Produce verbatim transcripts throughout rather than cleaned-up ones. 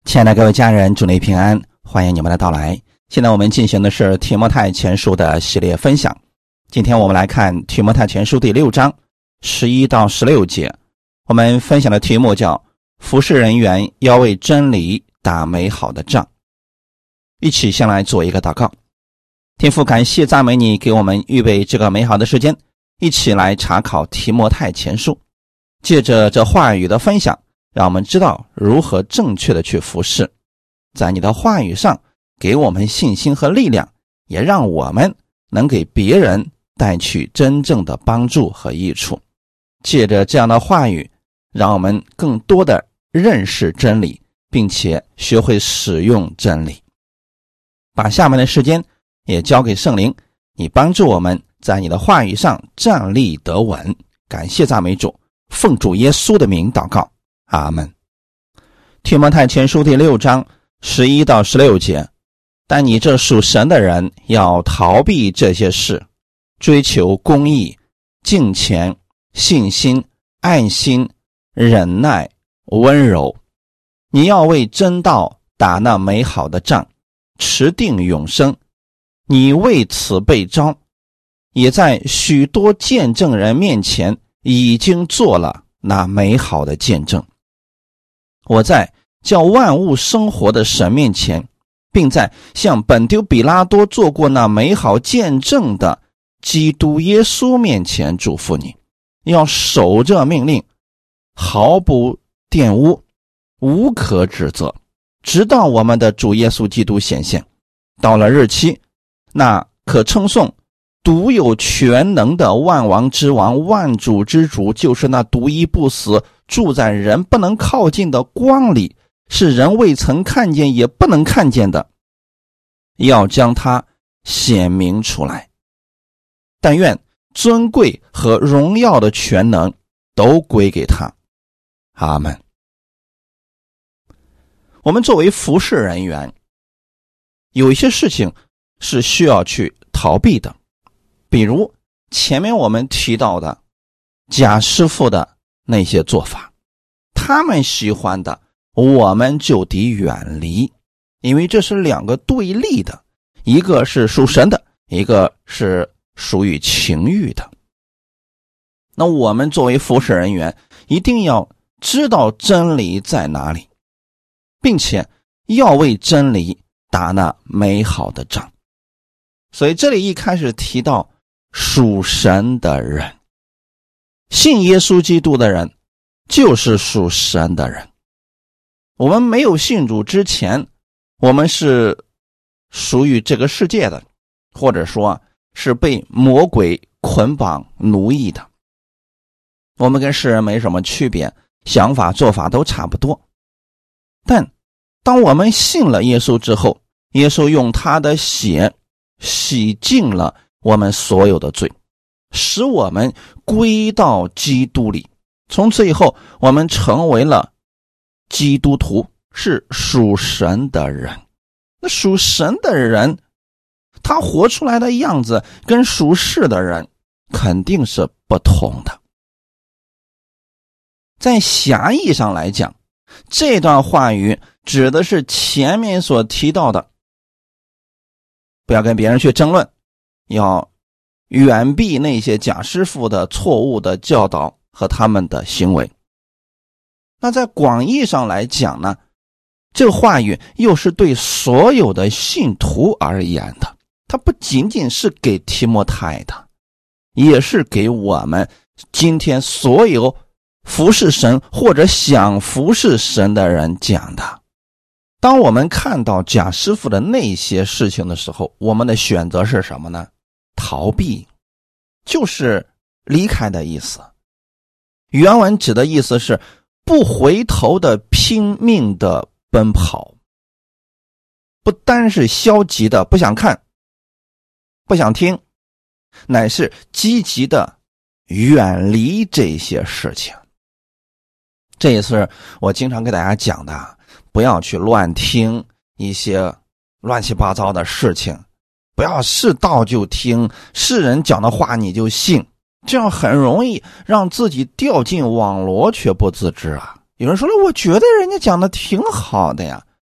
亲爱的各位家人，祝你平安，欢迎你们的到来。现在我们进行的是提摩太前书的系列分享。今天我们来看提摩太前书第六章十一到十六节，我们分享的题目叫服事人员要为真理打美好的仗。一起先来做一个祷告。天父，感谢赞美你给我们预备这个美好的时间，一起来查考提摩太前书。借着这话语的分享，让我们知道如何正确的去服事，在你的话语上给我们信心和力量，也让我们能给别人带去真正的帮助和益处。借着这样的话语，让我们更多的认识真理，并且学会使用真理。把下面的时间也交给圣灵，你帮助我们在你的话语上站立得稳。感谢赞美主，奉主耶稣的名祷告，阿们。提摩太前书第六章十一到十六节，但你这属神的人要逃避这些事，追求公义、敬虔、信心、爱心、忍耐、温柔。你要为真道打那美好的仗，持定永生。你为此被召，也在许多见证人面前已经做了那美好的见证。我在叫万物生活的神面前，并在向本丢比拉多做过那美好见证的基督耶稣面前嘱咐你，要守着命令，毫不玷污，无可指责，直到我们的主耶稣基督显现。到了日期，那可称颂独有全能的万王之王、万主之主，就是那独一不死，住在人不能靠近的光里，是人未曾看见也不能看见的，要将它显明出来。但愿尊贵和荣耀的全能都归给他，阿们。我们作为服事人员，有一些事情是需要去逃避的，比如前面我们提到的假师傅的那些做法，他们喜欢的我们就得远离，因为这是两个对立的，一个是属神的，一个是属于情欲的。那我们作为服事人员，一定要知道真理在哪里，并且要为真理打那美好的仗。所以这里一开始提到属神的人，信耶稣基督的人就是属神的人。我们没有信主之前，我们是属于这个世界的，或者说是被魔鬼捆绑奴役的。我们跟世人没什么区别，想法做法都差不多。但当我们信了耶稣之后，耶稣用他的血洗净了我们所有的罪，使我们归到基督里。从此以后，我们成为了基督徒，是属神的人。那属神的人，他活出来的样子跟属世的人肯定是不同的。在狭义上来讲，这段话语指的是前面所提到的，不要跟别人去争论，要远避那些假师傅的错误的教导和他们的行为。那在广义上来讲呢，这个话语又是对所有的信徒而言的，它不仅仅是给提摩太的，也是给我们今天所有服侍神或者想服侍神的人讲的。当我们看到假师傅的那些事情的时候，我们的选择是什么呢？逃避，就是离开的意思。原文指的意思是不回头的拼命的奔跑，不单是消极的不想看不想听，乃是积极的远离这些事情。这也是我经常给大家讲的，不要去乱听一些乱七八糟的事情，不要是道就听，是人讲的话你就信，这样很容易让自己掉进网罗却不自知啊。有人说了，我觉得人家讲的挺好的呀，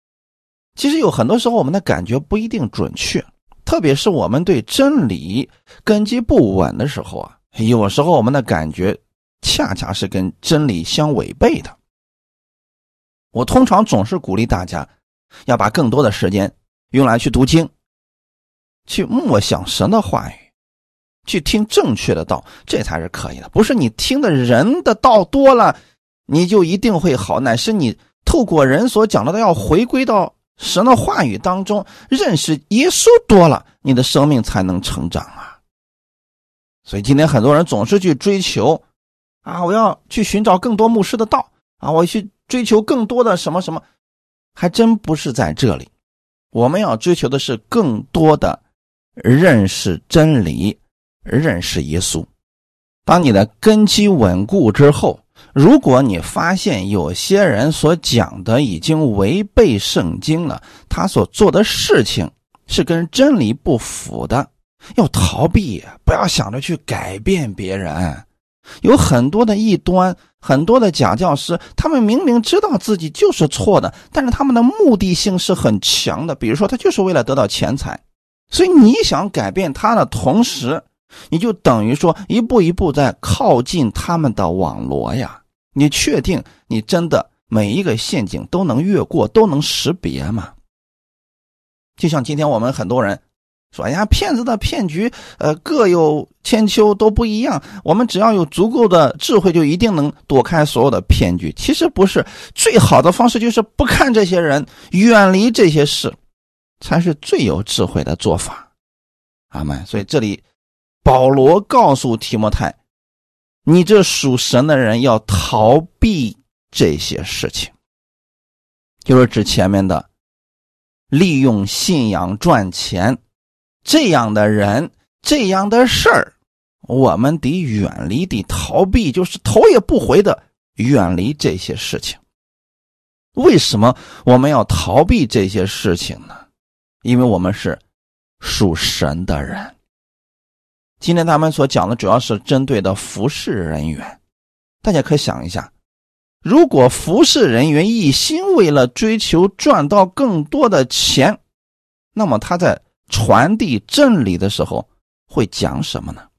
其实有很多时候我们的感觉不一定准确，特别是我们对真理根基不稳的时候啊，有时候我们的感觉恰恰是跟真理相违背的。我通常总是鼓励大家要把更多的时间用来去读经，去默想神的话语，去听正确的道，这才是可以的。不是你听的人的道多了你就一定会好，乃是你透过人所讲的要回归到神的话语当中，认识耶稣多了，你的生命才能成长啊。所以今天很多人总是去追求啊，我要去寻找更多牧师的道啊，我去追求更多的什么什么，还真不是在这里。我们要追求的是更多的认识真理，认识耶稣。当你的根基稳固之后，如果你发现有些人所讲的已经违背圣经了，他所做的事情是跟真理不符的，要逃避，不要想着去改变别人。有很多的异端，很多的假教师，他们明明知道自己就是错的，但是他们的目的性是很强的，比如说他就是为了得到钱财，所以你想改变他的同时，你就等于说一步一步在靠近他们的网罗呀。你确定你真的每一个陷阱都能越过，都能识别吗？就像今天我们很多人说，哎呀，骗子的骗局呃，各有千秋，都不一样，我们只要有足够的智慧就一定能躲开所有的骗局。其实不是，最好的方式就是不看这些人，远离这些事，才是最有智慧的做法。阿们。所以这里保罗告诉提摩太，你这属神的人要逃避这些事情，就是指前面的利用信仰赚钱这样的人，这样的事儿，我们得远离，得逃避，就是头也不回的远离这些事情。为什么我们要逃避这些事情呢？因为我们是属神的人。今天他们所讲的主要是针对的服侍人员，大家可以想一下，如果服侍人员一心为了追求赚到更多的钱，那么他在传递真理的时候会讲什么呢？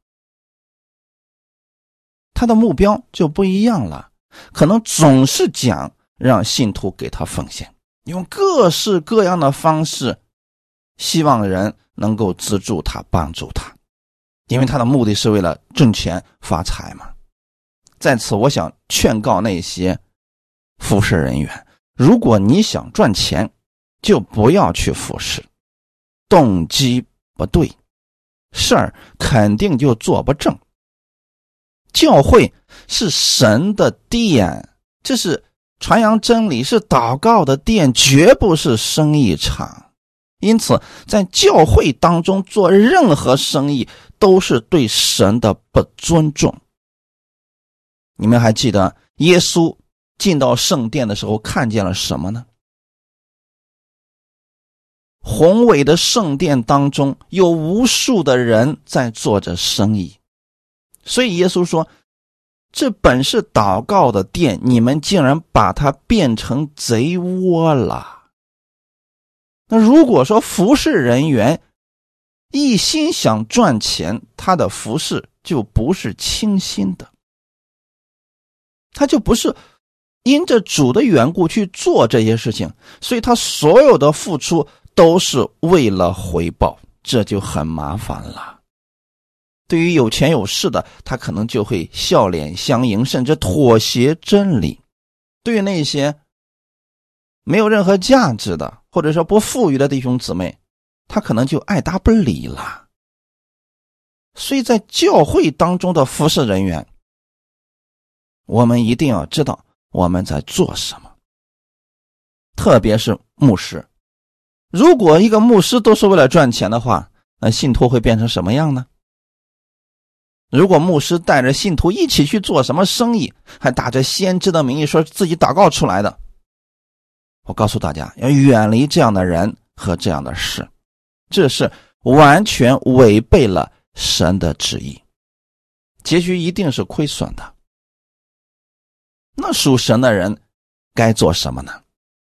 他的目标就不一样了，可能总是讲让信徒给他奉献，用各式各样的方式希望人能够资助他，帮助他，因为他的目的是为了挣钱发财嘛。在此我想劝告那些服侍人员，如果你想赚钱，就不要去服侍，动机不对，事儿肯定就做不正。教会是神的殿，这是传扬真理，是祷告的殿，绝不是生意场。因此在教会当中做任何生意都是对神的不尊重。你们还记得耶稣进到圣殿的时候看见了什么呢？宏伟的圣殿当中有无数的人在做着生意，所以耶稣说，这本是祷告的殿，你们竟然把它变成贼窝了。那如果说服侍人员一心想赚钱，他的服侍就不是清心的，他就不是因着主的缘故去做这些事情，所以他所有的付出都是为了回报，这就很麻烦了。对于有钱有势的，他可能就会笑脸相迎，甚至妥协真理。对于那些没有任何价值的，或者说不富裕的弟兄姊妹，他可能就爱答不理了。所以在教会当中的服侍人员，我们一定要知道我们在做什么，特别是牧师。如果一个牧师都是为了赚钱的话，那信徒会变成什么样呢？如果牧师带着信徒一起去做什么生意，还打着先知的名义说自己祷告出来的，我告诉大家要远离这样的人和这样的事，这是完全违背了神的旨意，结局一定是亏损的。那属神的人该做什么呢？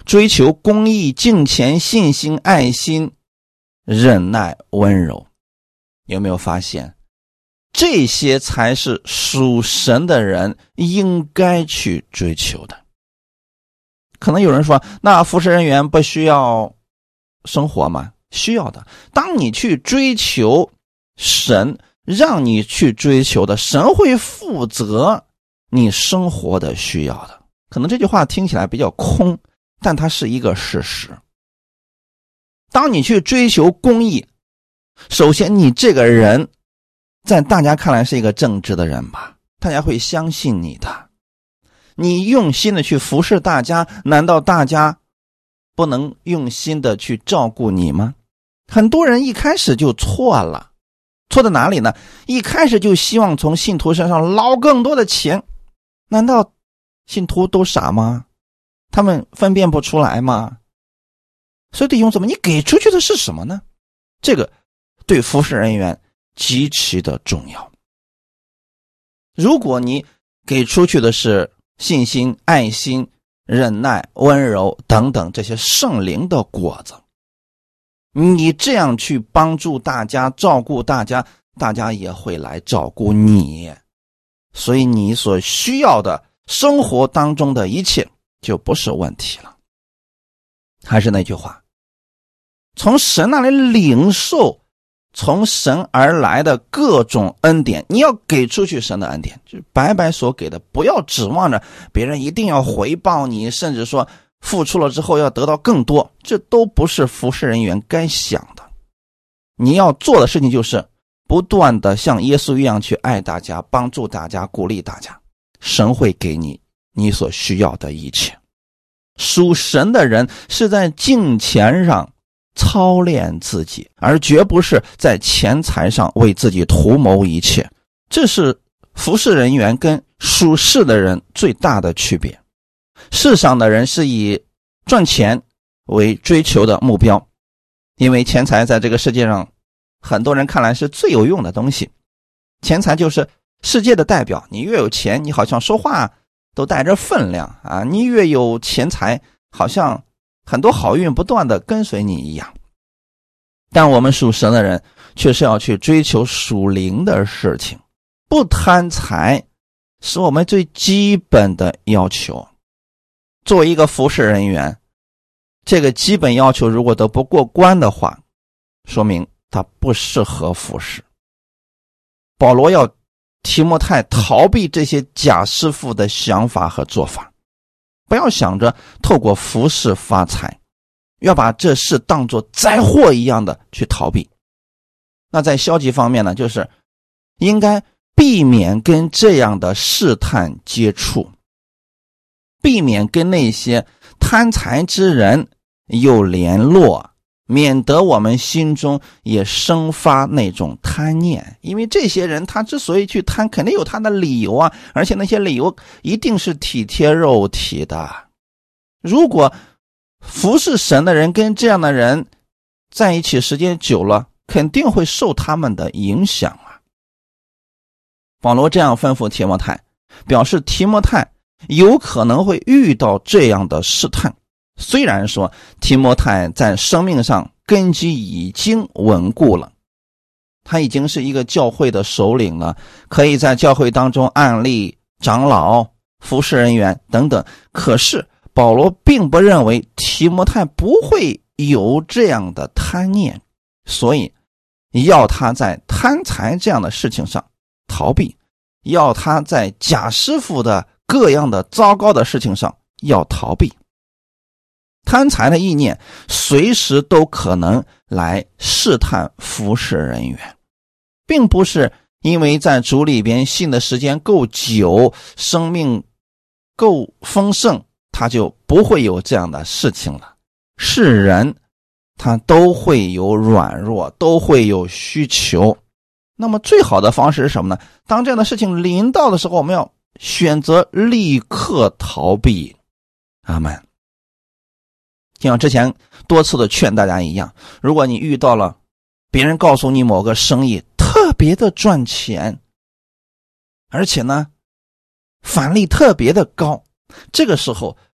追求公义、敬虔、信心、爱心、忍耐、温柔。有没有发现，这些才是属神的人应该去追求的？可能有人说，那服侍人员不需要生活吗？需要的。当你去追求神让你去追求的，神会负责你生活的需要的。可能这句话听起来比较空，但它是一个事实。当你去追求公义，首先你这个人在大家看来是一个正直的人吧，大家会相信你的。你用心的去服侍大家，难道大家不能用心的去照顾你吗？很多人一开始就错了，错在哪里呢？一开始就希望从信徒身上捞更多的钱，难道信徒都傻吗？他们分辨不出来吗？所以弟兄姊妹，你给出去的是什么呢？这个对服侍人员极其的重要。如果你给出去的是信心、爱心、忍耐、温柔等等这些圣灵的果子，你这样去帮助大家、照顾大家，大家也会来照顾你。所以你所需要的生活当中的一切就不是问题了。还是那句话，从神那里领受从神而来的各种恩典，你要给出去神的恩典，就是白白所给的，不要指望着别人一定要回报你，甚至说付出了之后要得到更多，这都不是服侍人员该想的。你要做的事情就是不断的像耶稣一样去爱大家，帮助大家，鼓励大家，神会给你你所需要的一切。属神的人是在敬虔上操练自己，而绝不是在钱财上为自己图谋一切。这是服侍人员跟属世的人最大的区别。世上的人是以赚钱为追求的目标，因为钱财在这个世界上很多人看来是最有用的东西。钱财就是世界的代表，你越有钱，你好像说话都带着分量啊！你越有钱财，好像很多好运不断的跟随你一样。但我们属神的人却是要去追求属灵的事情，不贪财是我们最基本的要求。作为一个服侍人员，这个基本要求如果都不过关的话，说明他不适合服侍。保罗要提摩太逃避这些假师傅的想法和做法，不要想着透过服侍发财，要把这事当作灾祸一样的去逃避。那在消极方面呢，就是应该避免跟这样的试探接触，避免跟那些贪财之人有联络，免得我们心中也生发那种贪念。因为这些人他之所以去贪，肯定有他的理由啊，而且那些理由一定是体贴肉体的。如果服侍神的人跟这样的人在一起时间久了，肯定会受他们的影响啊。保罗这样吩咐提摩太，表示提摩太有可能会遇到这样的试探。虽然说提摩太在生命上根基已经稳固了，他已经是一个教会的首领了，可以在教会当中案例长老、服侍人员等等，可是保罗并不认为提摩太不会有这样的贪念，所以要他在贪财这样的事情上逃避，要他在假师傅的各样的糟糕的事情上要逃避。贪财的意念随时都可能来试探服侍人员，并不是因为在主里边信的时间够久，生命够丰盛，他就不会有这样的事情了。是人他都会有软弱，都会有需求。那么最好的方式是什么呢？当这样的事情临到的时候，我们要选择立刻逃避。阿们。就像之前多次的劝大家一样，如果你遇到了别人告诉你某个生意特别的赚钱，而且呢返利特别的高，这个时候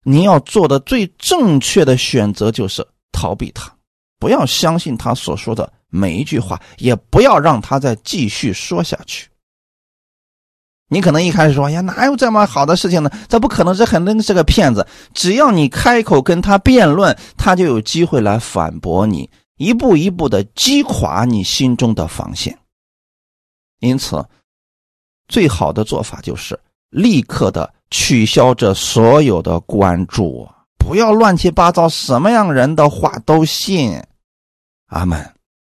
你要做的最正确的选择就是逃避他，不要相信他所说的每一句话，也不要让他再继续说下去。你可能一开始说，哎呀，哪有这么好的事情呢？这不可能，这肯定是个骗子。只要你开口跟他辩论，他就有机会来反驳你，一步一步的击垮你心中的防线。因此，最好的做法就是立刻的取消这所有的关注，不要乱七八糟，什么样人的话都信。阿们。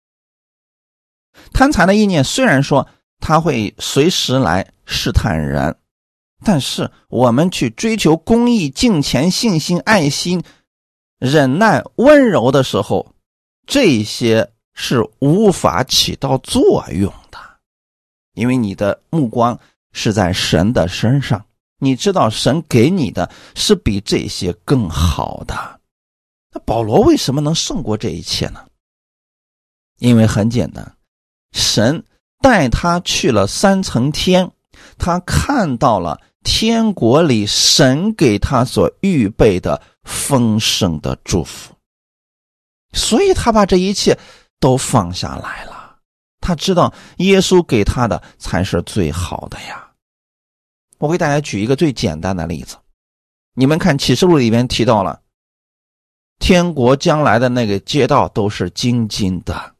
贪财的意念虽然说他会随时来试探人，但是我们去追求公义、敬虔、信心、爱心、忍耐、温柔的时候，这些是无法起到作用的，因为你的目光是在神的身上，你知道神给你的是比这些更好的。那保罗为什么能胜过这一切呢？因为很简单，神带他去了三层天，他看到了天国里神给他所预备的丰盛的祝福，所以他把这一切都放下来了。他知道耶稣给他的才是最好的呀。我给大家举一个最简单的例子，你们看启示录里面提到了天国将来的那个街道都是金金的，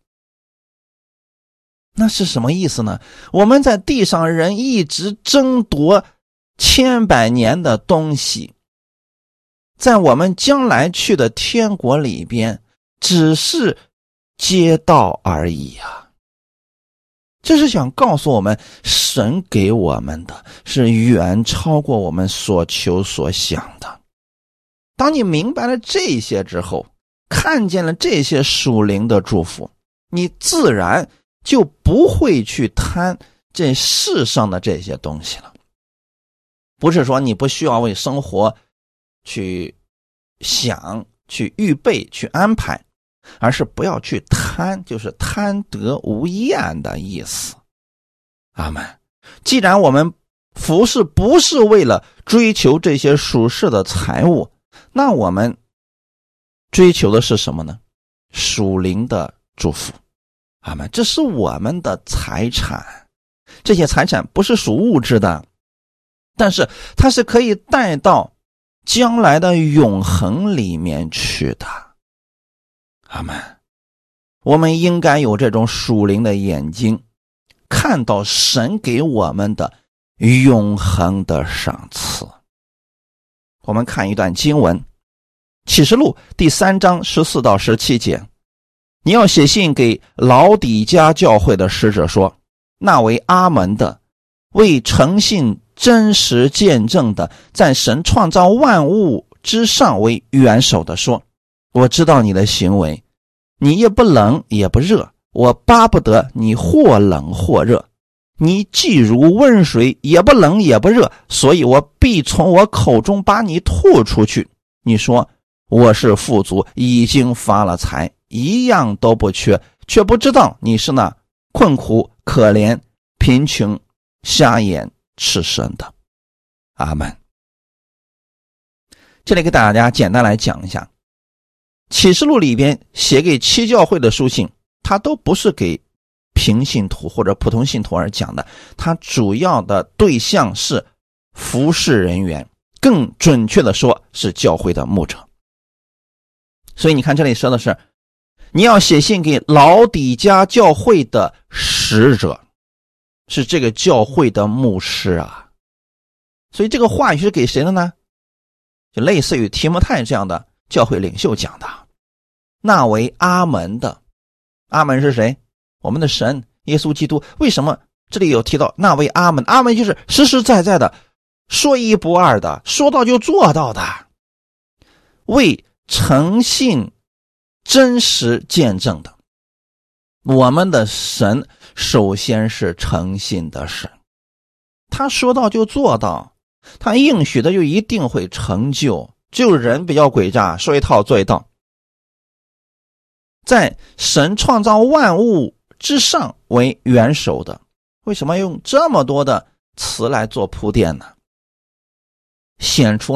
那是什么意思呢？我们在地上人一直争夺千百年的东西，在我们将来去的天国里边只是街道而已啊。这是想告诉我们，神给我们的是远超过我们所求所想的。当你明白了这些之后，看见了这些属灵的祝福，你自然就不会去贪这世上的这些东西了。不是说你不需要为生活去想、去预备、去安排，而是不要去贪，就是贪得无厌的意思。阿们。既然我们服侍不是为了追求这些属世的财物，那我们追求的是什么呢？属灵的祝福。阿们，这是我们的财产，这些财产不是属物质的，但是它是可以带到将来的永恒里面去的。阿们，我们应该有这种属灵的眼睛，看到神给我们的永恒的赏赐。我们看一段经文，启示录第三章十四到十七节。你要写信给老底嘉教会的使者说，那为阿门的，为诚信真实见证的，在神创造万物之上为元首的说，我知道你的行为，你也不冷也不热，我巴不得你或冷或热，你既如温水，也不冷也不热，所以我必从我口中把你吐出去。你说我是富足，已经发了财，一样都不缺，却不知道你是那困苦、可怜、贫穷、瞎眼、赤身的。阿们。这里给大家简单来讲一下，启示录里边写给七教会的书信，它都不是给平信徒或者普通信徒而讲的，它主要的对象是服侍人员，更准确的说是教会的牧者。所以你看这里说的是，你要写信给老底嘉教会的使者，是这个教会的牧师啊。所以这个话语是给谁的呢？就类似于提摩太这样的教会领袖讲的。那为阿门的，阿门是谁？我们的神耶稣基督。为什么这里有提到那为阿门？阿门就是实实在在的，说一不二的，说到就做到的，为诚信真实见证的。我们的神首先是诚信的神，他说到就做到，他应许的就一定会成就。只有人比较诡诈，说一套做一套。在神创造万物之上为元首的，为什么用这么多的词来做铺垫呢？显出了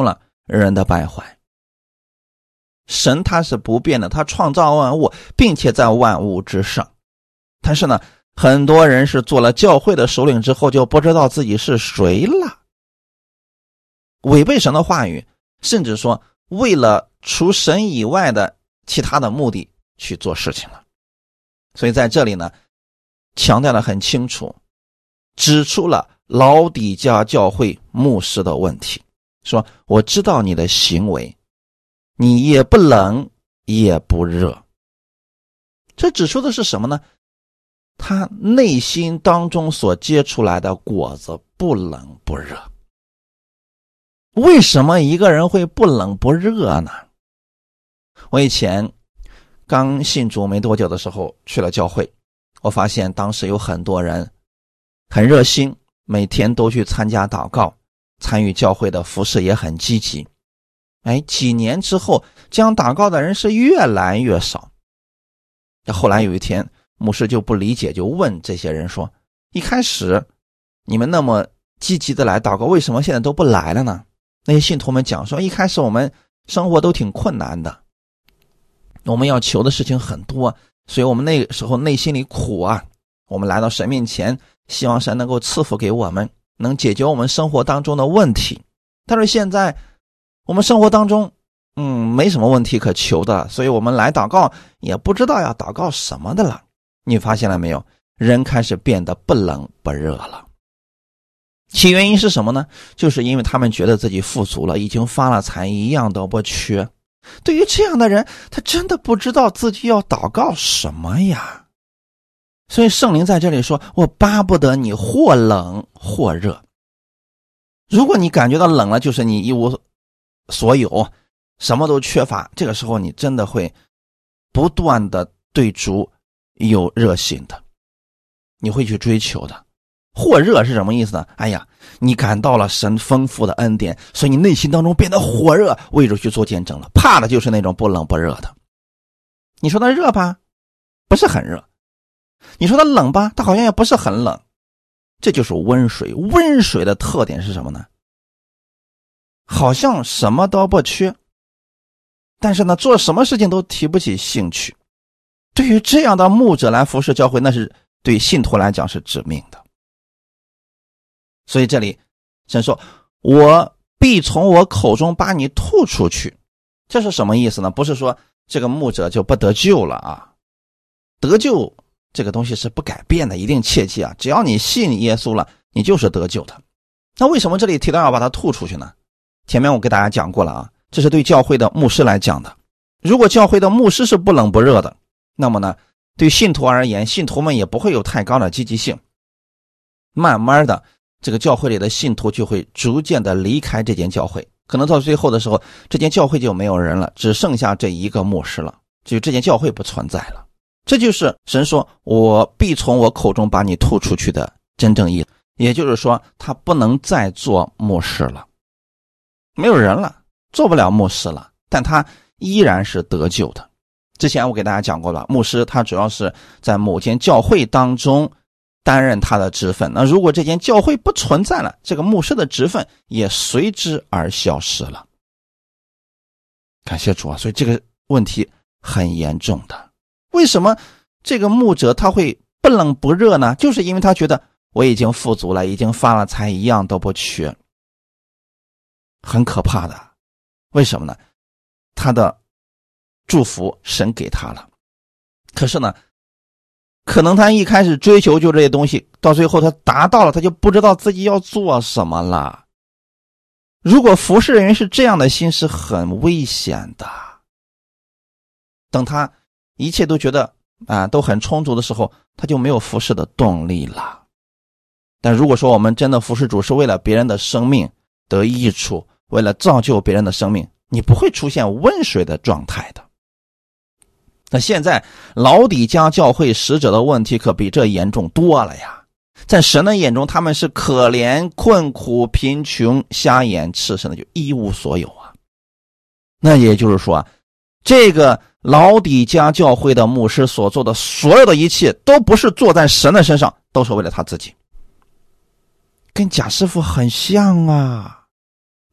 人的败坏。神他是不变的，他创造万物，并且在万物之上。但是呢，很多人是做了教会的首领之后就不知道自己是谁了，违背神的话语，甚至说为了除神以外的其他的目的去做事情了。所以在这里呢，强调得很清楚，指出了老底嘉教会牧师的问题，说我知道你的行为，你也不冷也不热。这指出的是什么呢？他内心当中所结出来的果子不冷不热。为什么一个人会不冷不热呢？我以前刚信主没多久的时候去了教会，我发现当时有很多人很热心，每天都去参加祷告，参与教会的服事也很积极。哎，几年之后，这样祷告的人是越来越少。后来有一天，牧师就不理解，就问这些人说，一开始你们那么积极的来祷告，为什么现在都不来了呢？那些信徒们讲说，一开始我们生活都挺困难的，我们要求的事情很多，所以我们那个时候内心里苦啊，我们来到神面前，希望神能够赐福给我们，能解决我们生活当中的问题。但是现在我们生活当中嗯，没什么问题可求的，所以我们来祷告也不知道要祷告什么的了。你发现了没有？人开始变得不冷不热了。其原因是什么呢？就是因为他们觉得自己富足了，已经发了财，一样都不缺。对于这样的人，他真的不知道自己要祷告什么呀。所以圣灵在这里说，我巴不得你或冷或热。如果你感觉到冷了，就是你一无所有，什么都缺乏，这个时候你真的会不断的对主有热心的，你会去追求的。或热是什么意思呢？哎呀，你感到了神丰富的恩典，所以你内心当中变得火热，为着去做见证了。怕的就是那种不冷不热的。你说它热吧，不是很热；你说它冷吧，它好像也不是很冷。这就是温水。温水的特点是什么呢？好像什么都不缺，但是呢，做什么事情都提不起兴趣。对于这样的牧者来服侍教会，那是对信徒来讲是致命的。所以这里神说，我必从我口中把你吐出去。这是什么意思呢？不是说这个牧者就不得救了啊，得救这个东西是不改变的，一定切记啊，只要你信耶稣了，你就是得救的。那为什么这里提到要把它吐出去呢？前面我给大家讲过了啊，这是对教会的牧师来讲的。如果教会的牧师是不冷不热的，那么呢，对信徒而言，信徒们也不会有太高的积极性。慢慢的，这个教会里的信徒就会逐渐的离开这间教会，可能到最后的时候，这间教会就没有人了，只剩下这一个牧师了，就这间教会不存在了。这就是神说，我必从我口中把你吐出去的真正意思。也就是说，他不能再做牧师了，没有人了，做不了牧师了，但他依然是得救的。之前我给大家讲过了，牧师他主要是在某间教会当中担任他的职分，那如果这间教会不存在了，这个牧师的职分也随之而消失了。感谢主啊！所以这个问题很严重的。为什么这个牧者他会不冷不热呢？就是因为他觉得我已经富足了，已经发了财，一样都不缺。很可怕的。为什么呢？他的祝福神给他了，可是呢，可能他一开始追求就这些东西，到最后他达到了，他就不知道自己要做什么了。如果服侍人员是这样的心，是很危险的。等他一切都觉得啊都很充足的时候，他就没有服侍的动力了。但如果说我们真的服侍主是为了别人的生命得益处，为了造就别人的生命，你不会出现温水的状态的。那现在老底嘉教会使者的问题可比这严重多了呀。在神的眼中，他们是可怜、困苦、贫穷、瞎眼、赤身的，就一无所有啊。那也就是说，这个老底嘉教会的牧师所做的所有的一切，都不是做在神的身上，都是为了他自己。跟贾师傅很像啊。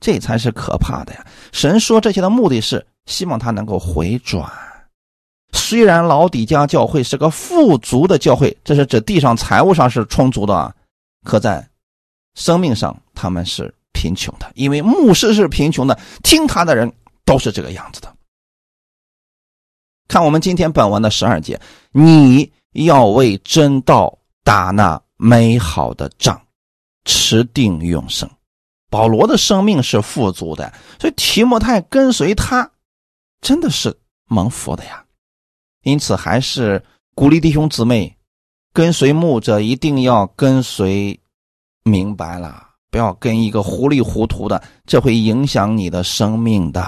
这才是可怕的呀。神说这些的目的是希望他能够回转。虽然老底嘉教会是个富足的教会，这是指地上财务上是充足的啊，可在生命上他们是贫穷的，因为牧师是贫穷的，听他的人都是这个样子的。看我们今天本文的十二节，你要为真道打那美好的仗，持定永生。保罗的生命是富足的，所以提摩太跟随他真的是蒙福的呀。因此还是鼓励弟兄姊妹跟随牧者一定要跟随明白了，不要跟一个糊里糊涂的，这会影响你的生命的。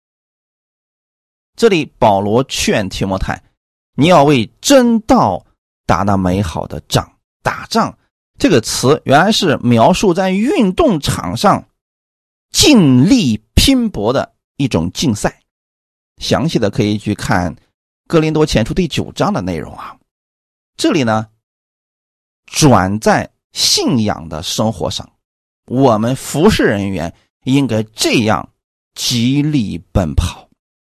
这里保罗劝提摩太，你要为真道打那美好的仗。打仗这个词原来是描述在运动场上尽力拼搏的一种竞赛，详细的可以去看哥林多前书第九章的内容啊。这里呢，转在信仰的生活上，我们服侍人员应该这样极力奔跑。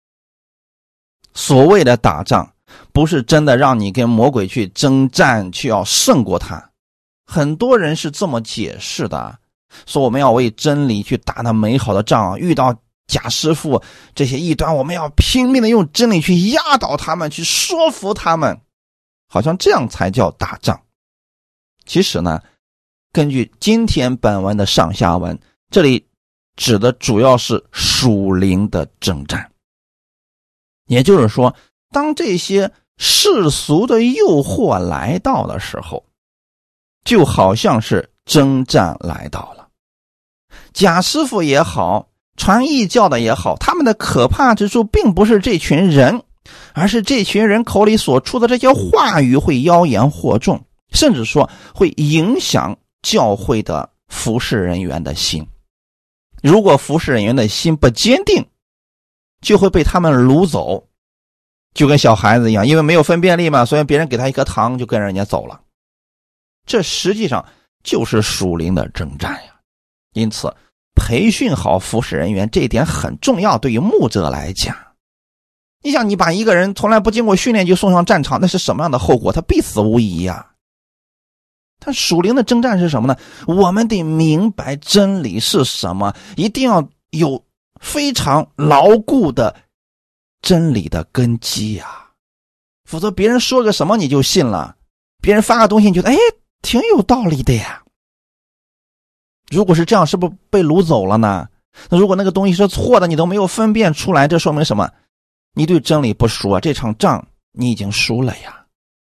所谓的打仗不是真的让你跟魔鬼去征战，去要胜过他。很多人是这么解释的，说我们要为真理去打那美好的仗，遇到假师傅这些异端，我们要拼命的用真理去压倒他们，去说服他们，好像这样才叫打仗。其实呢，根据今天本文的上下文，这里指的主要是属灵的征战。也就是说，当这些世俗的诱惑来到的时候，就好像是征战来到了。假师傅也好，传异教的也好，他们的可怕之处并不是这群人，而是这群人口里所出的这些话语会妖言惑众，甚至说会影响教会的服侍人员的心。如果服侍人员的心不坚定，就会被他们掳走，就跟小孩子一样，因为没有分辨力嘛，所以别人给他一颗糖就跟人家走了。这实际上就是属灵的征战呀。因此培训好服侍人员这一点很重要，对于牧者来讲。你想，你把一个人从来不经过训练就送上战场，那是什么样的后果？他必死无疑呀。但属灵的征战是什么呢？我们得明白真理是什么，一定要有非常牢固的真理的根基呀，否则别人说个什么你就信了，别人发个东西你觉得哎挺有道理的呀。如果是这样，是不是被掳走了呢？那如果那个东西是错的，你都没有分辨出来，这说明什么？你对真理不熟啊，这场仗你已经输了呀。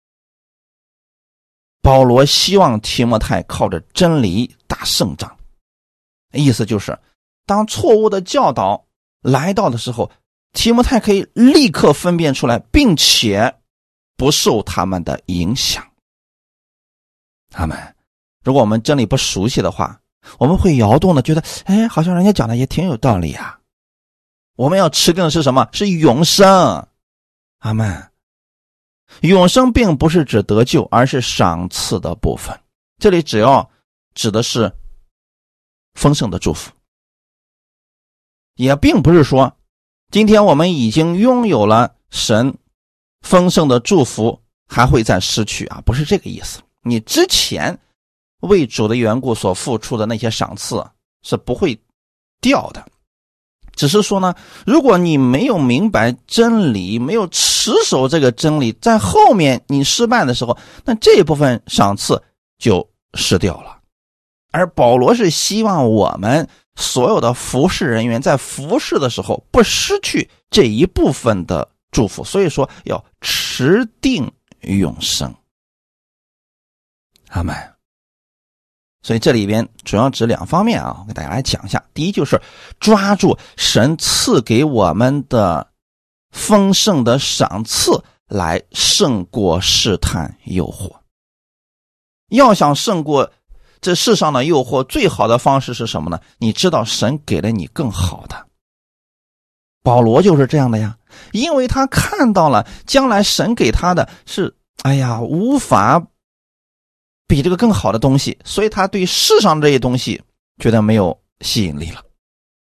保罗希望提摩太靠着真理打胜仗，意思就是当错误的教导来到的时候，提摩太可以立刻分辨出来，并且不受他们的影响。阿们。如果我们真理不熟悉的话，我们会摇动的，觉得哎，好像人家讲的也挺有道理啊。我们要持定的是什么？是永生。阿们。永生并不是指得救，而是赏赐的部分。这里只要指的是丰盛的祝福，也并不是说今天我们已经拥有了神丰盛的祝福还会再失去啊，不是这个意思。你之前为主的缘故所付出的那些赏赐是不会掉的，只是说呢，如果你没有明白真理，没有持守这个真理，在后面你失败的时候，那这一部分赏赐就失掉了。而保罗是希望我们所有的服侍人员在服侍的时候不失去这一部分的祝福，所以说要持定永生。阿们。所以这里边主要指两方面啊，我给大家来讲一下。第一就是抓住神赐给我们的丰盛的赏赐来胜过试探诱惑。要想胜过这世上的诱惑，最好的方式是什么呢？你知道神给了你更好的。保罗就是这样的呀，因为他看到了将来神给他的是哎呀无法比这个更好的东西，所以他对世上这些东西觉得没有吸引力了。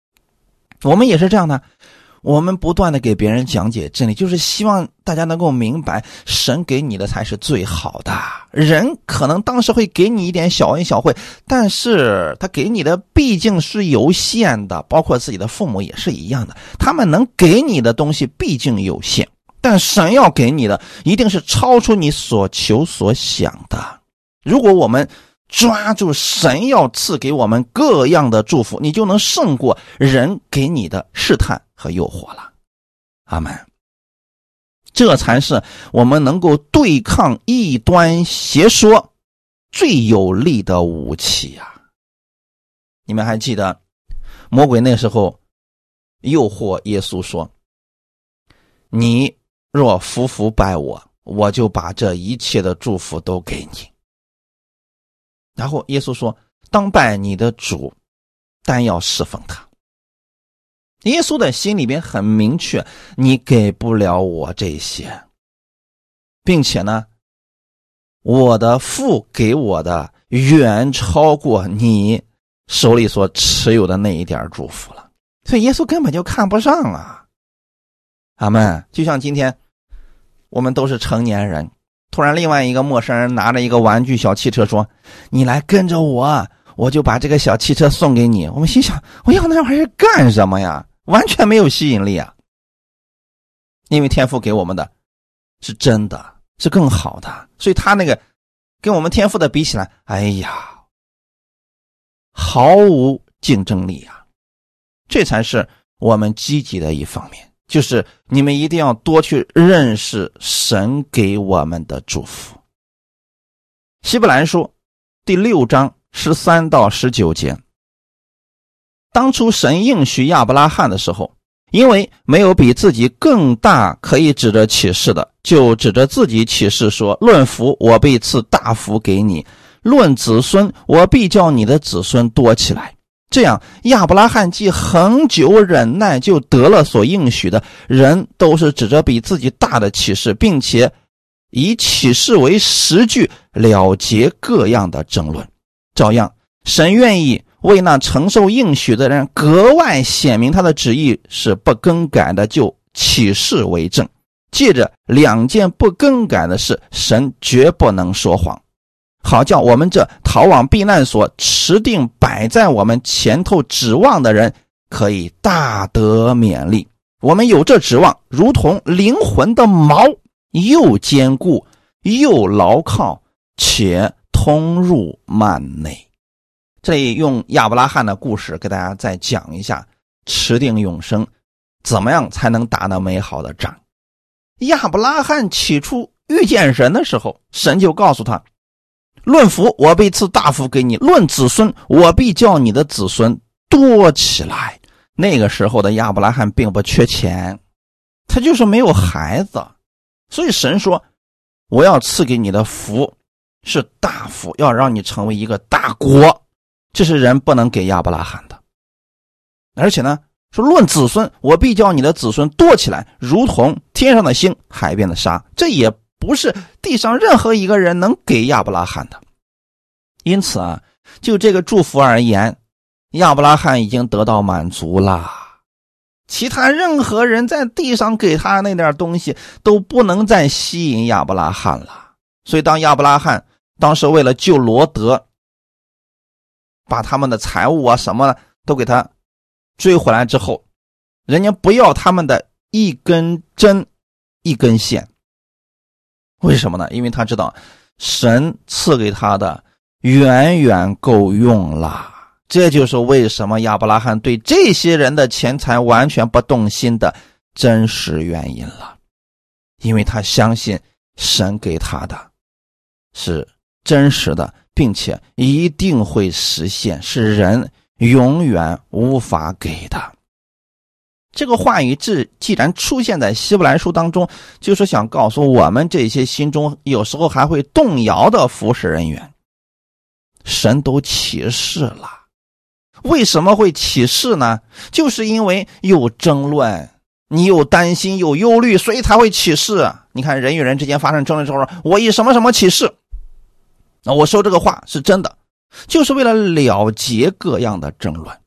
我们也是这样的，我们不断的给别人讲解真理，就是希望大家能够明白神给你的才是最好的。人可能当时会给你一点小恩小惠，但是他给你的毕竟是有限的，包括自己的父母也是一样的，他们能给你的东西毕竟有限，但神要给你的一定是超出你所求所想的。如果我们抓住神要赐给我们各样的祝福，你就能胜过人给你的试探和诱惑了。阿们。这才是我们能够对抗异端邪说最有力的武器啊！你们还记得魔鬼那时候诱惑耶稣说，你若服服拜我，我就把这一切的祝福都给你。然后耶稣说，当拜你的主，但要侍奉他。耶稣的心里边很明确，你给不了我这些，并且呢，我的父给我的远超过你手里所持有的那一点祝福了，所以耶稣根本就看不上啊。阿们。就像今天我们都是成年人，突然另外一个陌生人拿着一个玩具小汽车说，你来跟着我，我就把这个小汽车送给你。我们心想，我要那玩意儿干什么呀？完全没有吸引力啊。因为天父给我们的是真的，是更好的，所以他那个跟我们天父的比起来，哎呀，毫无竞争力啊。这才是我们积极的一方面，就是你们一定要多去认识神给我们的祝福。希伯来书第六章十三到十九节，当初神应许亚伯拉罕的时候，因为没有比自己更大可以指着启示的，就指着自己启示说，论福我必赐大福给你，论子孙我必叫你的子孙多起来。这样亚伯拉罕既恒久忍耐，就得了所应许的。人都是指着比自己大的启示，并且以启示为实据，了结各样的争论。照样神愿意为那承受应许的人格外显明他的旨意是不更改的，就启示为证。借着两件不更改的事，神绝不能说谎，好叫我们这逃往避难所持定摆在我们前头指望的人可以大得勉励。我们有这指望，如同灵魂的锚，又坚固又牢靠，且通入幔内。这里用亚伯拉罕的故事给大家再讲一下持定永生怎么样才能打那美好的仗。亚伯拉罕起初遇见神的时候，神就告诉他，论福我必赐大福给你，论子孙我必叫你的子孙多起来。那个时候的亚伯拉罕并不缺钱，他就是没有孩子，所以神说，我要赐给你的福是大福，要让你成为一个大国，这是人不能给亚伯拉罕的。而且呢，说论子孙我必叫你的子孙多起来，如同天上的星海边的沙，这也不是地上任何一个人能给亚伯拉罕的。因此啊，就这个祝福而言，亚伯拉罕已经得到满足了，其他任何人在地上给他那点东西都不能再吸引亚伯拉罕了。所以当亚伯拉罕当时为了救罗德，把他们的财物啊什么的都给他追回来之后，人家不要他们的一根针一根线。为什么呢？因为他知道神赐给他的远远够用了。这就是为什么亚伯拉罕对这些人的钱财完全不动心的真实原因了。因为他相信神给他的是真实的，并且一定会实现，是人永远无法给的。这个话语既然出现在希伯来书当中，就是想告诉我们这些心中有时候还会动摇的服侍人员，神都启示了。为什么会启示呢？就是因为有争论，你有担心有忧虑，所以才会启示。你看人与人之间发生争论之后，我以什么什么启示，那我说这个话是真的，就是为了了结各样的争论。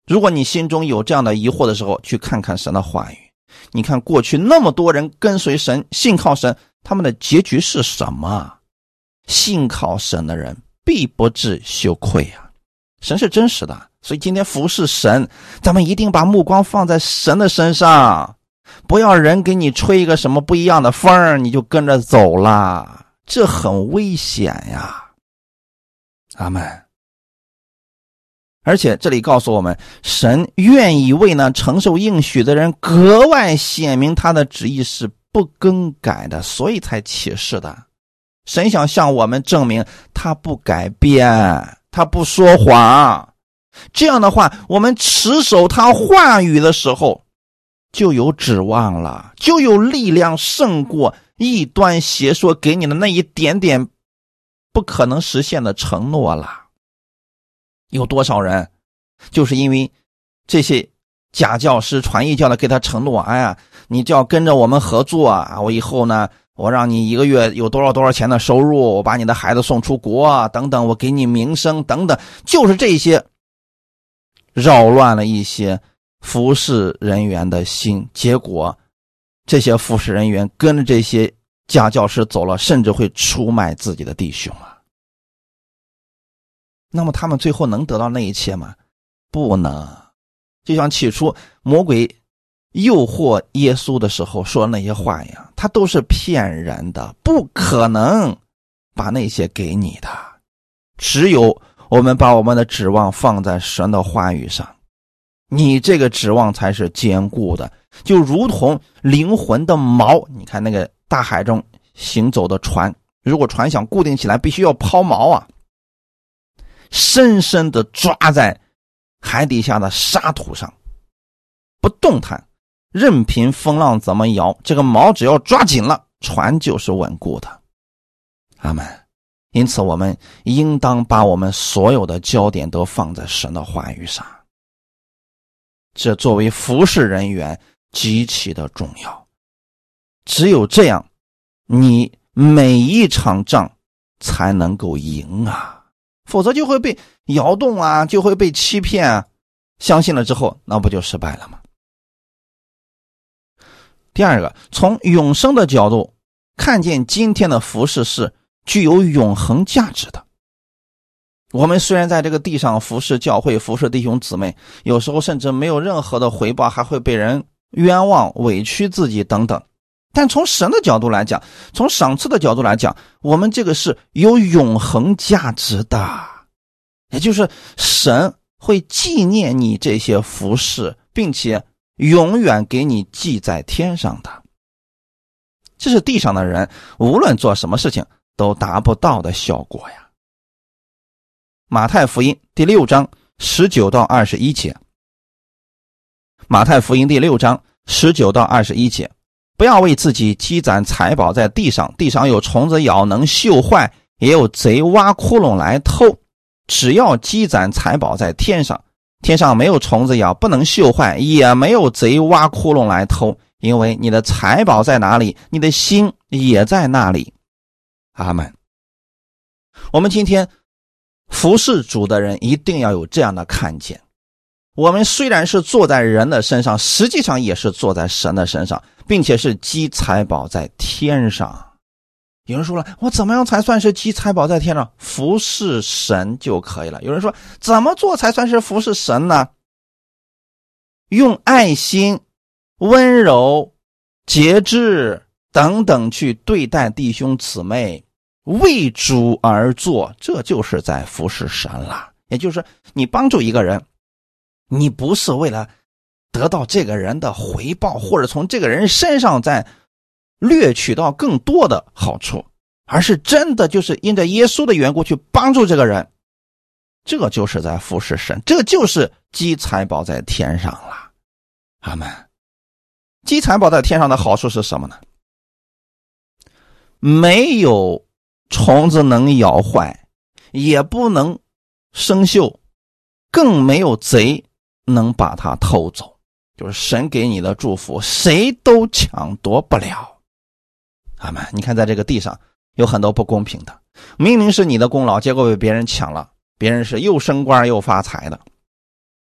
如果你心中有这样的疑惑的时候，去看看神的话语。你看过去那么多人跟随神，信靠神，他们的结局是什么？信靠神的人必不致羞愧啊！神是真实的，所以今天服侍神，咱们一定把目光放在神的身上，不要人给你吹一个什么不一样的风，你就跟着走了，这很危险呀！阿们。而且这里告诉我们，神愿意为那承受应许的人格外显明他的旨意是不更改的，所以才启示的。神想向我们证明他不改变，他不说谎。这样的话，我们持守他话语的时候就有指望了，就有力量胜过异端邪说给你的那一点点不可能实现的承诺了。有多少人就是因为这些假教师传异教的给他承诺，哎呀，你就要跟着我们合作啊，我以后呢我让你一个月有多少多少钱的收入，我把你的孩子送出国啊，等等，我给你名声等等，就是这些扰乱了一些服侍人员的心，结果这些服侍人员跟着这些假教师走了，甚至会出卖自己的弟兄啊。那么他们最后能得到那一切吗？不能。就像起初魔鬼诱惑耶稣的时候说那些话一样，他都是骗人的，不可能把那些给你的。只有我们把我们的指望放在神的话语上，你这个指望才是坚固的，就如同灵魂的锚。你看那个大海中行走的船，如果船想固定起来，必须要抛锚啊，深深地抓在海底下的沙土上，不动弹，任凭风浪怎么摇，这个锚只要抓紧了，船就是稳固的。阿们。因此我们应当把我们所有的焦点都放在神的话语上，这作为服侍人员极其的重要。只有这样，你每一场仗才能够赢啊，否则就会被摇动啊，就会被欺骗啊，相信了之后那不就失败了吗？第二个，从永生的角度看见今天的服侍是具有永恒价值的。我们虽然在这个地上服侍教会，服侍弟兄姊妹，有时候甚至没有任何的回报，还会被人冤枉委屈自己等等，但从神的角度来讲，从赏赐的角度来讲，我们这个是有永恒价值的，也就是神会纪念你这些服侍，并且永远给你记在天上的。这是地上的人无论做什么事情都达不到的效果呀。马太福音第六章十九到二十一节。马太福音第六章十九到二十一节。不要为自己积攒财宝在地上，地上有虫子咬，能锈坏，也有贼挖窟窿来偷。只要积攒财宝在天上，天上没有虫子咬，不能锈坏，也没有贼挖窟窿来偷。因为你的财宝在哪里，你的心也在那里。阿们。我们今天服侍主的人一定要有这样的看见，我们虽然是坐在人的身上，实际上也是坐在神的身上，并且是积财宝在天上。有人说了，我怎么样才算是积财宝在天上？服侍神就可以了。有人说，怎么做才算是服侍神呢？用爱心、温柔、节制等等去对待弟兄姊妹，为主而做，这就是在服侍神了。也就是你帮助一个人，你不是为了得到这个人的回报，或者从这个人身上再掠取到更多的好处，而是真的就是因着耶稣的缘故去帮助这个人，这就是在服侍神，这就是积财宝在天上了。阿们。积财宝在天上的好处是什么呢？没有虫子能咬坏，也不能生锈，更没有贼能把它偷走。就是神给你的祝福，谁都抢夺不了。阿们。你看在这个地上有很多不公平的，明明是你的功劳，结果被别人抢了，别人是又升官又发财的。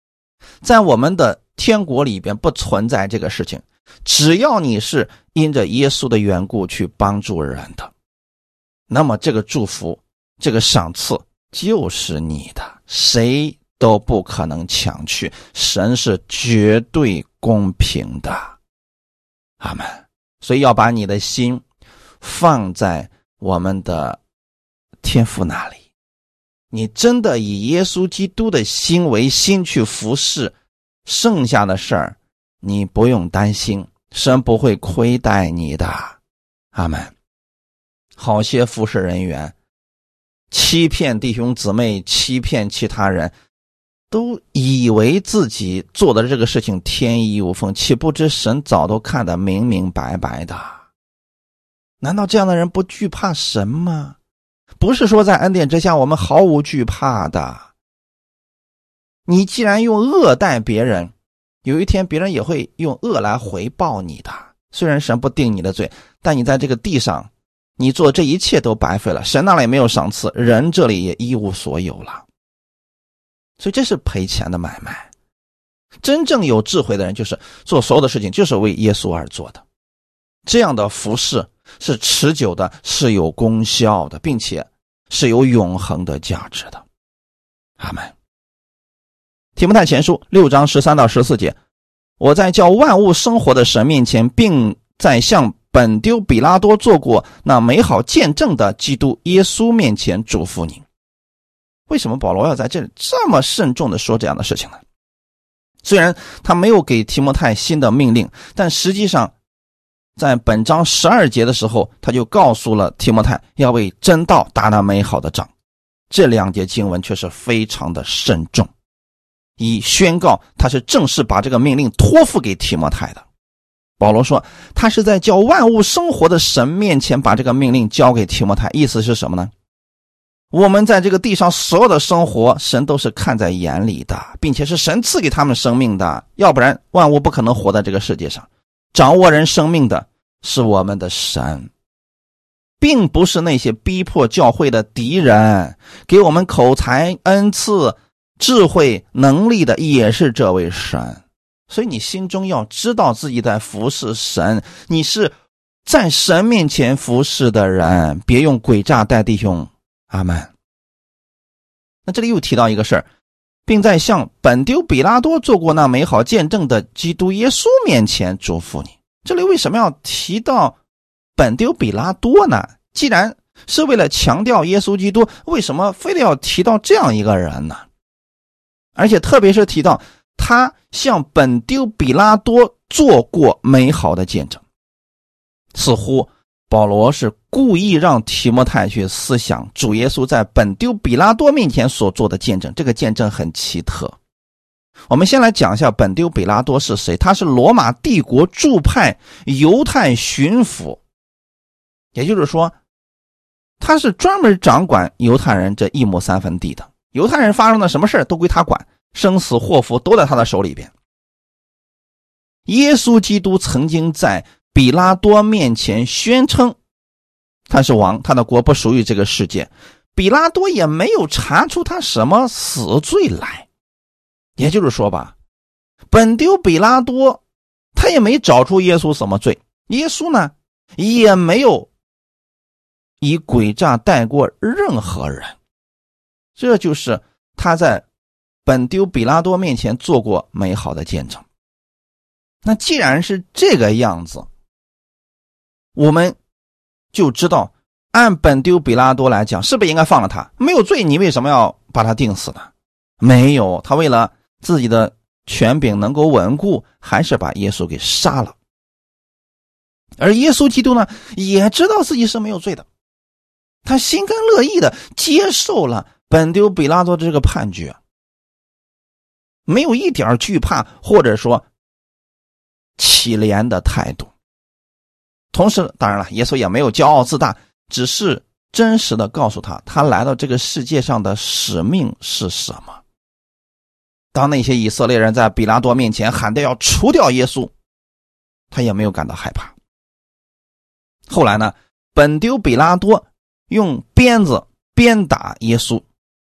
在我们的天国里边不存在这个事情，只要你是因着耶稣的缘故去帮助人的，那么这个祝福，这个赏赐就是你的，谁都不可能抢去，神是绝对公平的。阿们。所以要把你的心放在我们的天父那里，你真的以耶稣基督的心为心去服侍，剩下的事儿你不用担心，神不会亏待你的。阿们。好些服侍人员欺骗弟兄姊妹，欺骗其他人，都以为自己做的这个事情天衣无缝，岂不知神早都看得明明白白的。难道这样的人不惧怕神吗？不是说在恩典之下我们毫无惧怕的。你既然用恶待别人，有一天别人也会用恶来回报你的。虽然神不定你的罪，但你在这个地上你做这一切都白费了，神那里没有赏赐，人这里也一无所有了。所以这是赔钱的买卖。真正有智慧的人就是做所有的事情就是为耶稣而做的，这样的服事是持久的，是有功效的，并且是有永恒的价值的。阿们。提摩太前书六章十三到十四节，我在叫万物生活的神面前，并在向本丢比拉多做过那美好见证的基督耶稣面前嘱咐你。为什么保罗要在这里这么慎重的说这样的事情呢？虽然他没有给提摩太新的命令，但实际上在本章十二节的时候，他就告诉了提摩太要为真道打那美好的仗。这两节经文却是非常的慎重，以宣告他是正式把这个命令托付给提摩太的。保罗说他是在叫万物生活的神面前把这个命令交给提摩太，意思是什么呢？我们在这个地上所有的生活，神都是看在眼里的，并且是神赐给他们生命的，要不然万物不可能活在这个世界上。掌握人生命的是我们的神，并不是那些逼迫教会的敌人。给我们口才、恩赐、智慧、能力的也是这位神。所以你心中要知道自己在服侍神，你是在神面前服侍的人，别用诡诈待弟兄。阿们。那这里又提到一个事儿，并在向本丢比拉多做过那美好见证的基督耶稣面前嘱咐你。这里为什么要提到本丢比拉多呢？既然是为了强调耶稣基督，为什么非得要提到这样一个人呢？而且特别是提到他向本丢比拉多做过美好的见证，似乎保罗是故意让提摩太去思想主耶稣在本丢比拉多面前所做的见证。这个见证很奇特。我们先来讲一下本丢比拉多是谁。他是罗马帝国驻派犹太巡抚，也就是说他是专门掌管犹太人这一亩三分地的。犹太人发生的什么事都归他管，生死祸福都在他的手里边。耶稣基督曾经在比拉多面前宣称他是王，他的国不属于这个世界。比拉多也没有查出他什么死罪来。也就是说吧，本丢比拉多他也没找出耶稣什么罪，耶稣呢也没有以诡诈待过任何人。这就是他在本丢比拉多面前做过美好的见证。那既然是这个样子，我们就知道按本丢比拉多来讲，是不是应该放了他？没有罪，你为什么要把他定死呢？没有，他为了自己的权柄能够稳固，还是把耶稣给杀了。而耶稣基督呢，也知道自己是没有罪的，他心甘乐意的接受了本丢比拉多这个判决，没有一点惧怕或者说乞怜的态度。同时当然了，耶稣也没有骄傲自大，只是真实的告诉他他来到这个世界上的使命是什么。当那些以色列人在比拉多面前喊的要除掉耶稣，他也没有感到害怕。后来呢，本丢比拉多用鞭子鞭打耶稣，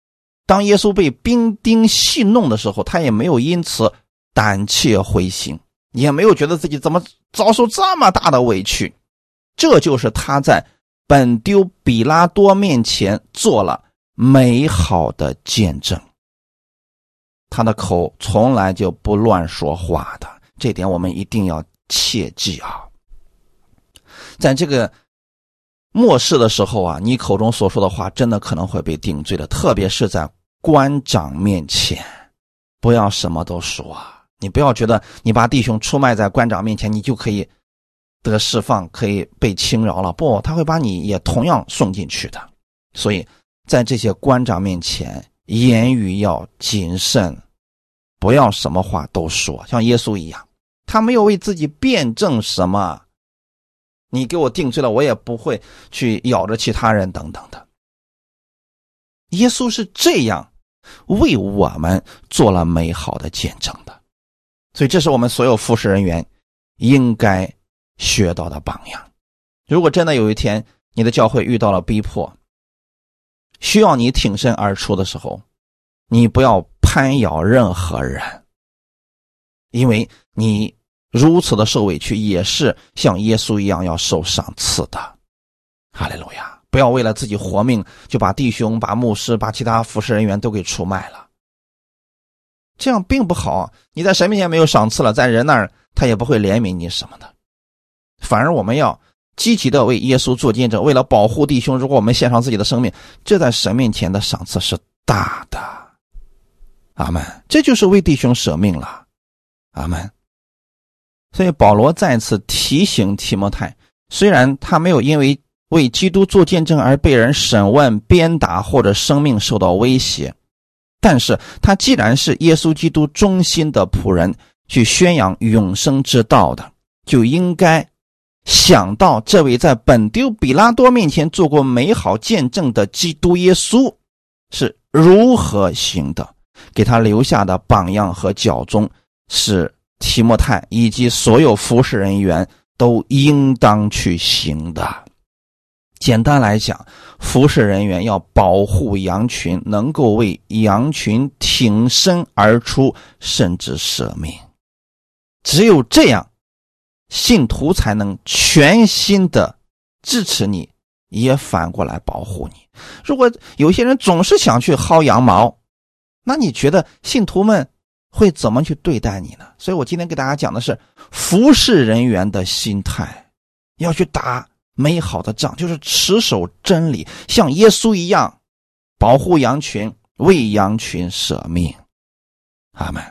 当耶稣被兵丁戏弄的时候，他也没有因此胆怯灰心，也没有觉得自己怎么遭受这么大的委屈。这就是他在本丢比拉多面前做了美好的见证。他的口从来就不乱说话的，这点我们一定要切记啊。在这个末世的时候啊，你口中所说的话真的可能会被定罪的，特别是在官长面前，不要什么都说啊。你不要觉得你把弟兄出卖在官长面前，你就可以得释放，可以被轻饶了。不，他会把你也同样送进去的。所以在这些官长面前，言语要谨慎，不要什么话都说，像耶稣一样，他没有为自己辩证什么，你给我定罪了，我也不会去咬着其他人等等的。耶稣是这样为我们做了美好的见证的，所以这是我们所有服侍人员应该学到的榜样。如果真的有一天你的教会遇到了逼迫，需要你挺身而出的时候，你不要攀咬任何人，因为你如此的受委屈也是像耶稣一样要受赏赐的。哈利路亚！不要为了自己活命就把弟兄、把牧师、把其他服侍人员都给出卖了，这样并不好。你在神面前没有赏赐了，在人那儿他也不会怜悯你什么的。反而我们要积极的为耶稣做见证，为了保护弟兄，如果我们献上自己的生命，这在神面前的赏赐是大的。阿们，这就是为弟兄舍命了。阿们。所以保罗再次提醒提摩太，虽然他没有因为为基督做见证而被人审问、鞭打或者生命受到威胁，但是他既然是耶稣基督忠心的仆人，去宣扬永生之道的，就应该想到这位在本丢比拉多面前做过美好见证的基督耶稣是如何行的，给他留下的榜样和教宗是提摩太以及所有服侍人员都应当去行的。简单来讲，服侍人员要保护羊群，能够为羊群挺身而出，甚至舍命。只有这样，信徒才能全心的支持你，也反过来保护你。如果有些人总是想去薅羊毛，那你觉得信徒们会怎么去对待你呢？所以我今天给大家讲的是服侍人员的心态，要去打美好的仗，就是持守真理，像耶稣一样保护羊群，为羊群舍命。阿们。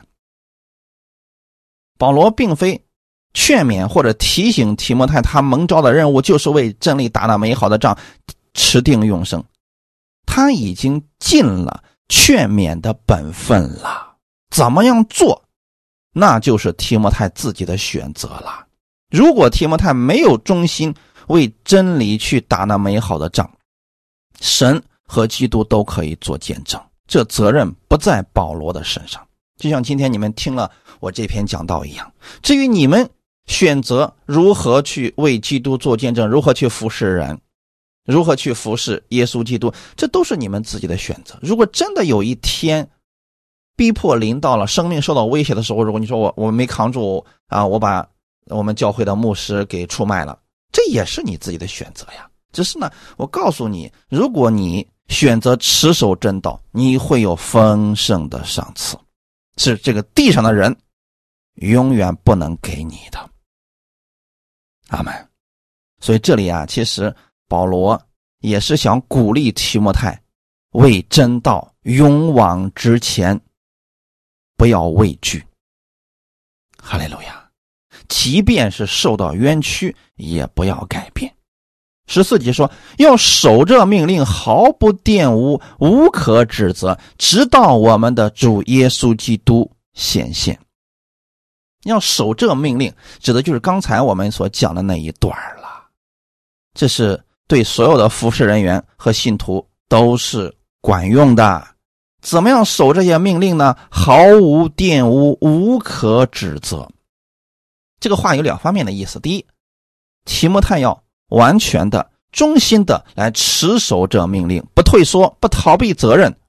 保罗并非劝勉或者提醒提摩太，他蒙召的任务就是为真理打那美好的仗，持定永生。他已经尽了劝勉的本分了，怎么样做，那就是提摩太自己的选择了。如果提摩太没有忠心为真理去打那美好的仗，神和基督都可以做见证，这责任不在保罗的身上。就像今天你们听了我这篇讲道一样，至于你们选择如何去为基督做见证，如何去服侍人，如何去服侍耶稣基督，这都是你们自己的选择。如果真的有一天逼迫临到了，生命受到威胁的时候，如果你说我我没扛住啊，我把我们教会的牧师给出卖了，这也是你自己的选择呀。只是呢，我告诉你，如果你选择持守真道，你会有丰盛的赏赐，是这个地上的人永远不能给你的。阿们。所以这里啊，其实保罗也是想鼓励提摩太为真道勇往直前，不要畏惧。哈利路亚。即便是受到冤屈，也不要改变。十四节说，要守这命令，毫不玷污，无可指责，直到我们的主耶稣基督显现。要守这命令，指的就是刚才我们所讲的那一段了。这是对所有的服侍人员和信徒都是管用的。怎么样守这些命令呢？毫无玷污，无可指责。这个话有两方面的意思。第一，提摩太要完全的忠心的来持守这命令，不退缩，不逃避责任，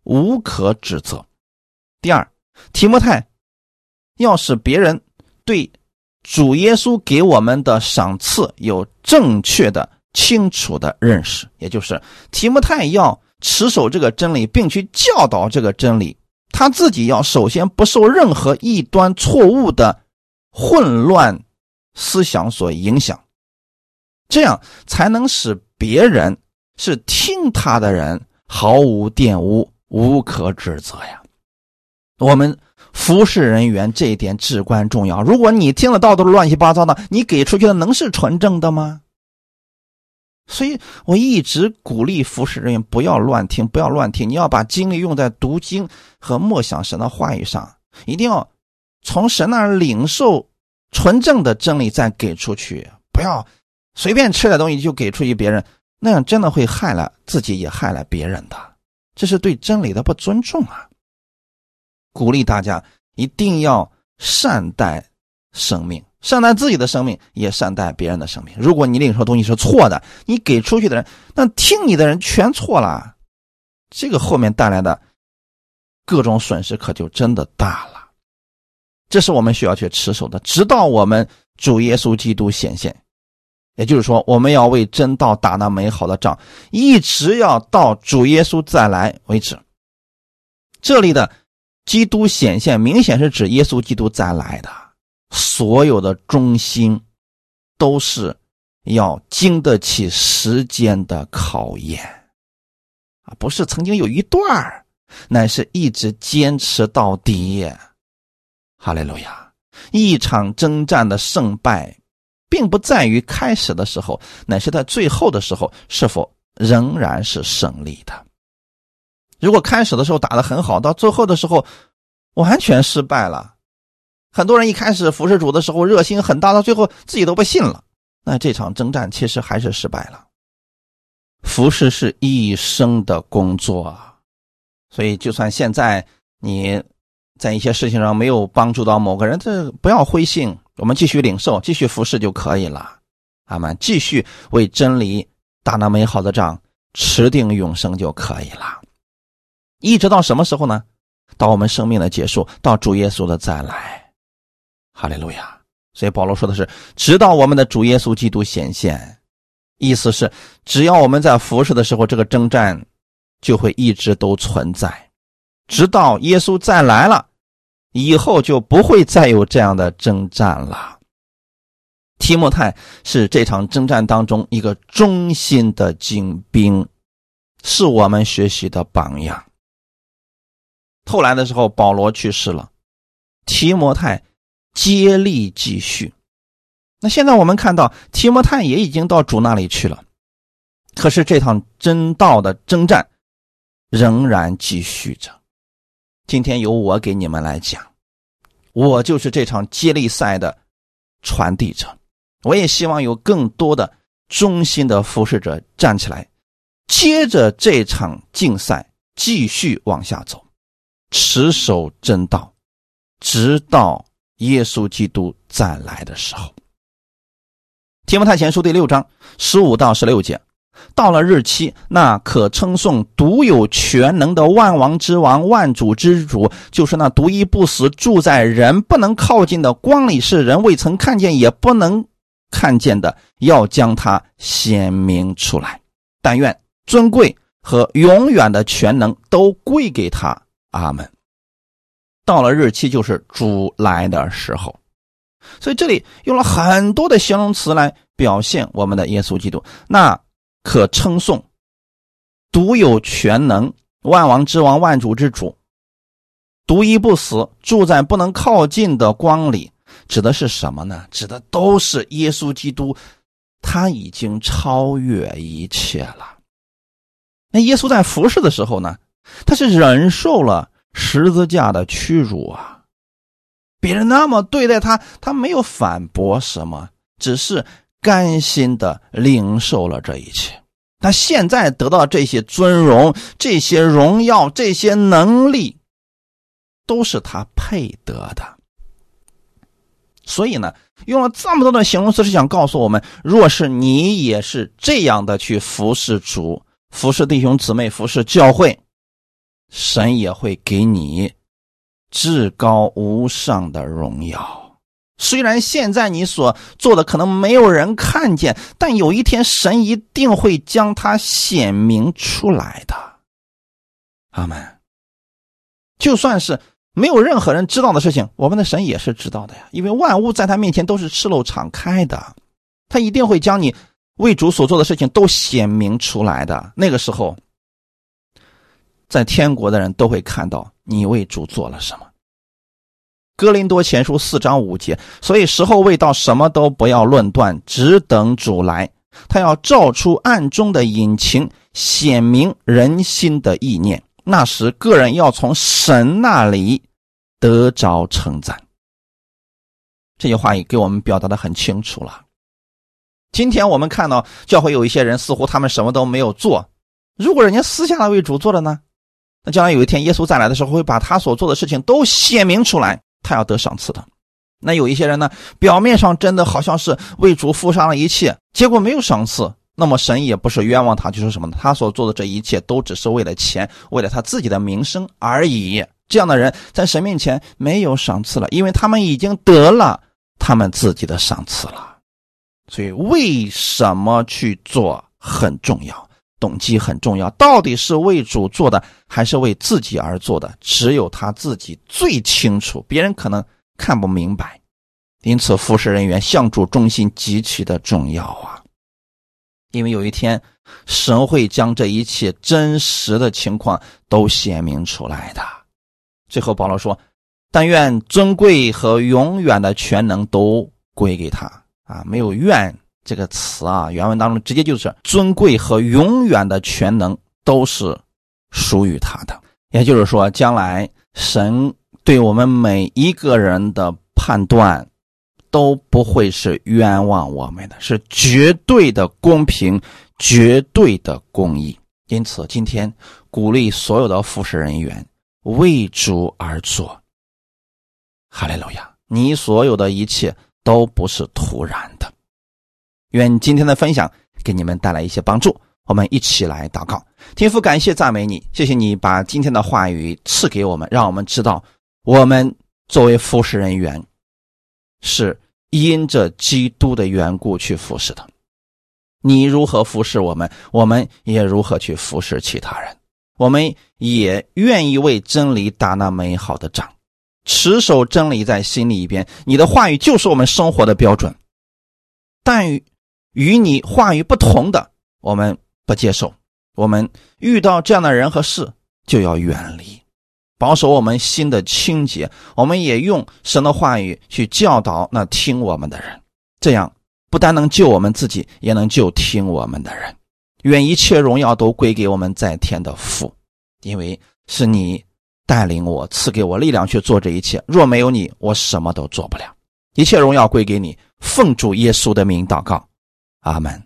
无可指责。第二，提摩太要使别人对主耶稣给我们的赏赐有正确的清楚的认识，也就是提摩太要持守这个真理，并去教导这个真理，他自己要首先不受任何异端错误的混乱思想所影响，这样才能使别人是听他的人毫无玷污，无可指责呀。我们服侍人员这一点至关重要，如果你听的道都是乱七八糟的，你给出去的能是纯正的吗？所以我一直鼓励服侍人员不要乱听，不要乱听，你要把精力用在读经和默想神的话语上，一定要从神那儿领受纯正的真理再给出去，不要随便吃点东西就给出去别人，那样真的会害了自己也害了别人的，这是对真理的不尊重啊！鼓励大家一定要善待生命，善待自己的生命，也善待别人的生命。如果你领受东西是错的，你给出去的人，那听你的人全错了，这个后面带来的各种损失可就真的大了。这是我们需要去持守的，直到我们主耶稣基督显现。也就是说，我们要为真道打那美好的仗，一直要到主耶稣再来为止。这里的基督显现明显是指耶稣基督再来的，所有的忠心都是要经得起时间的考验啊，不是曾经有一段，乃是一直坚持到底。哈利路亚！一场征战的胜败并不在于开始的时候，乃是在最后的时候是否仍然是胜利的。如果开始的时候打得很好，到最后的时候完全失败了，很多人一开始服侍主的时候热心很大，到最后自己都不信了，那这场征战其实还是失败了。服侍是一生的工作，所以就算现在你在一些事情上没有帮助到某个人，这不要灰心，我们继续领受，继续服侍就可以了。阿们，继续为真理打那美好的仗，持定永生就可以了。一直到什么时候呢？到我们生命的结束，到主耶稣的再来。哈利路亚！所以保罗说的是直到我们的主耶稣基督显现，意思是只要我们在服侍的时候，这个征战就会一直都存在，直到耶稣再来了以后，就不会再有这样的征战了。提摩太是这场征战当中一个忠心的精兵，是我们学习的榜样。后来的时候保罗去世了，提摩太接力继续。那现在我们看到提摩太也已经到主那里去了，可是这场真道的征战仍然继续着。今天由我给你们来讲，我就是这场接力赛的传递者，我也希望有更多的忠心的服侍者站起来，接着这场竞赛继续往下走，持守真道，直到耶稣基督再来的时候。提摩太前书第六章十五到十六节，到了日期，那可称颂独有全能的万王之王，万主之主，就是那独一不死，住在人不能靠近的光里，是人未曾看见也不能看见的，要将它显明出来。但愿尊贵和永远的全能都归给他。阿们。到了日期，就是主来的时候。所以这里用了很多的形容词来表现我们的耶稣基督。那可称颂独有全能，万王之王，万主之主，独一不死，住在不能靠近的光里，指的是什么呢？指的都是耶稣基督，他已经超越一切了。那耶稣在服侍的时候呢，他是忍受了十字架的屈辱啊，别人那么对待他，他没有反驳什么，只是甘心的领受了这一切。他现在得到这些尊荣，这些荣耀，这些能力，都是他配得的。所以呢，用了这么多的形容词是想告诉我们，若是你也是这样的去服侍主，服侍弟兄姊妹，服侍教会， 神也会给你至高无上的荣耀。虽然现在你所做的可能没有人看见，但有一天神一定会将它显明出来的。阿们。就算是没有任何人知道的事情，我们的神也是知道的呀，因为万物在他面前都是赤露敞开的，他一定会将你为主所做的事情都显明出来的。那个时候在天国的人都会看到你为主做了什么。哥林多前书四章五节，所以时候未到，什么都不要论断，只等主来，他要照出暗中的隐情，显明人心的意念，那时个人要从神那里得着称赞。这句话也给我们表达得很清楚了。今天我们看到教会有一些人似乎他们什么都没有做，如果人家私下为主做的呢，那将来有一天耶稣再来的时候会把他所做的事情都显明出来，他要得赏赐的。那有一些人呢，表面上真的好像是为主付上了一切，结果没有赏赐，那么神也不是冤枉他，就说什么呢？他所做的这一切都只是为了钱，为了他自己的名声而已。这样的人在神面前没有赏赐了，因为他们已经得了他们自己的赏赐了。所以为什么去做很重要，动机很重要，到底是为主做的还是为自己而做的，只有他自己最清楚，别人可能看不明白。因此服侍人员向主忠心极其的重要啊！因为有一天神会将这一切真实的情况都显明出来的。最后保罗说，但愿尊贵和永远的全能都归给他啊，没有愿这个词啊，原文当中直接就是尊贵和永远的全能都是属于他的。也就是说，将来神对我们每一个人的判断都不会是冤枉我们的，是绝对的公平，绝对的公义。因此今天鼓励所有的服侍人员为主而做。哈利路亚！你所有的一切都不是突然的。愿今天的分享给你们带来一些帮助，我们一起来祷告。天父，感谢赞美你，谢谢你把今天的话语赐给我们，让我们知道我们作为服侍人员是因着基督的缘故去服侍的。你如何服侍我们，我们也如何去服侍其他人。我们也愿意为真理打那美好的仗，持守真理在心里边。你的话语就是我们生活的标准，但与与你话语不同的，我们不接受。我们遇到这样的人和事就要远离，保守我们心的清洁。我们也用神的话语去教导那听我们的人，这样不单能救我们自己，也能救听我们的人。愿一切荣耀都归给我们在天的父，因为是你带领我，赐给我力量去做这一切，若没有你，我什么都做不了。一切荣耀归给你，奉主耶稣的名祷告，阿们。